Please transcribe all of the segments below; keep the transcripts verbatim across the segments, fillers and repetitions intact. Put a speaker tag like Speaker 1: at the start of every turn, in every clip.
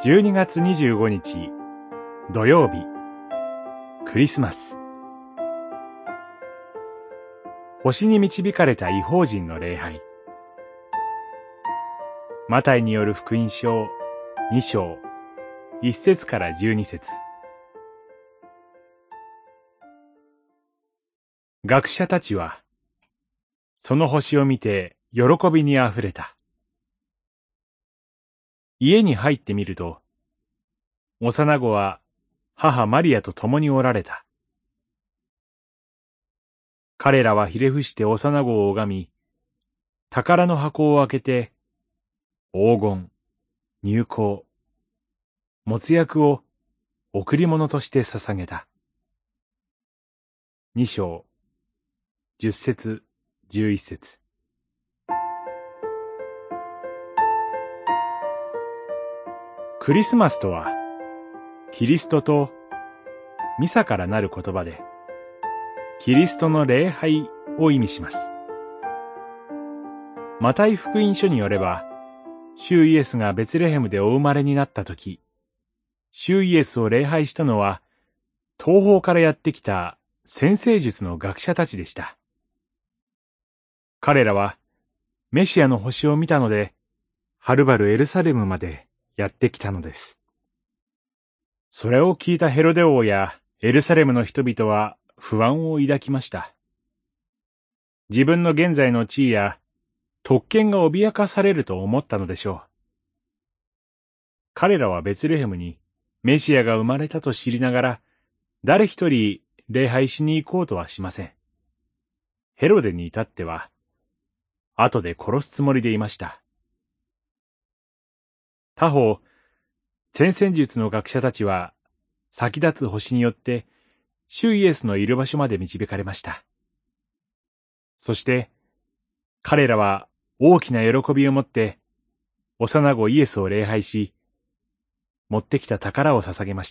Speaker 1: じゅうにがつにじゅうごにち土曜日、クリスマス。星に導かれた異邦人の礼拝。マタイによる福音書にしょういっせつからじゅうにせつ。学者たちはその星を見て喜びにあふれた。家に入ってみると、幼子は母マリアと共におられた。彼らはひれ伏して幼子を拝み、宝の箱を開けて、黄金、乳香、没薬を贈り物として捧げた。にしょう、じゅっせつ、じゅういっせつ。クリスマスとは、キリストとミサからなる言葉で、キリストの礼拝を意味します。マタイ福音書によれば、主イエスがベツレヘムでお生まれになったとき、主イエスを礼拝したのは、東方からやってきた占星術の学者たちでした。彼らは、メシアの星を見たので、はるばるエルサレムまでやってきたのです。それを聞いたヘロデ王やエルサレムの人々は不安を抱きました。自分の現在の地位や特権が脅かされると思ったのでしょう。彼らはベツレヘムにメシアが生まれたと知りながら、誰一人礼拝しに行こうとはしません。ヘロデに至っては、後で殺すつもりでいました。他方、占星術の学者たちは、先立つ星によって、主イエスのいる場所まで導かれました。そして、彼らは大きな喜びを持って、幼子イエスを礼拝し、持ってきた宝を捧げました。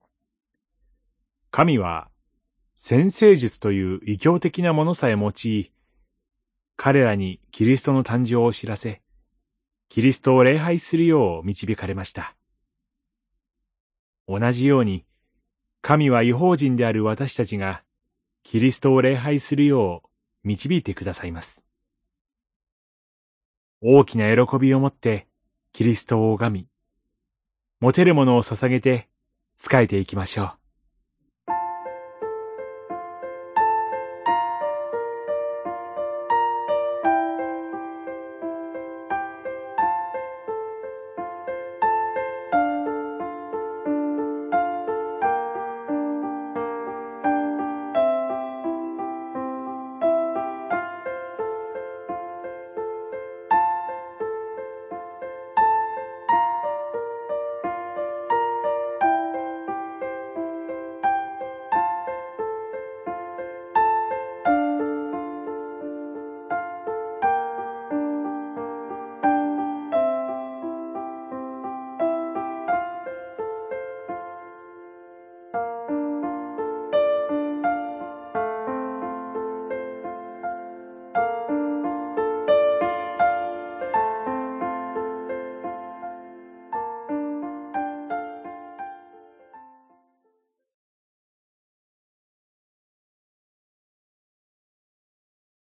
Speaker 1: 神は、占星術という異教的なものさえ用い、彼らにキリストの誕生を知らせ、キリストを礼拝するよう導かれました。同じように、神は異邦人である私たちが、キリストを礼拝するよう導いてくださいます。大きな喜びを持って、キリストを拝み、持てるものを捧げて、仕えていきましょう。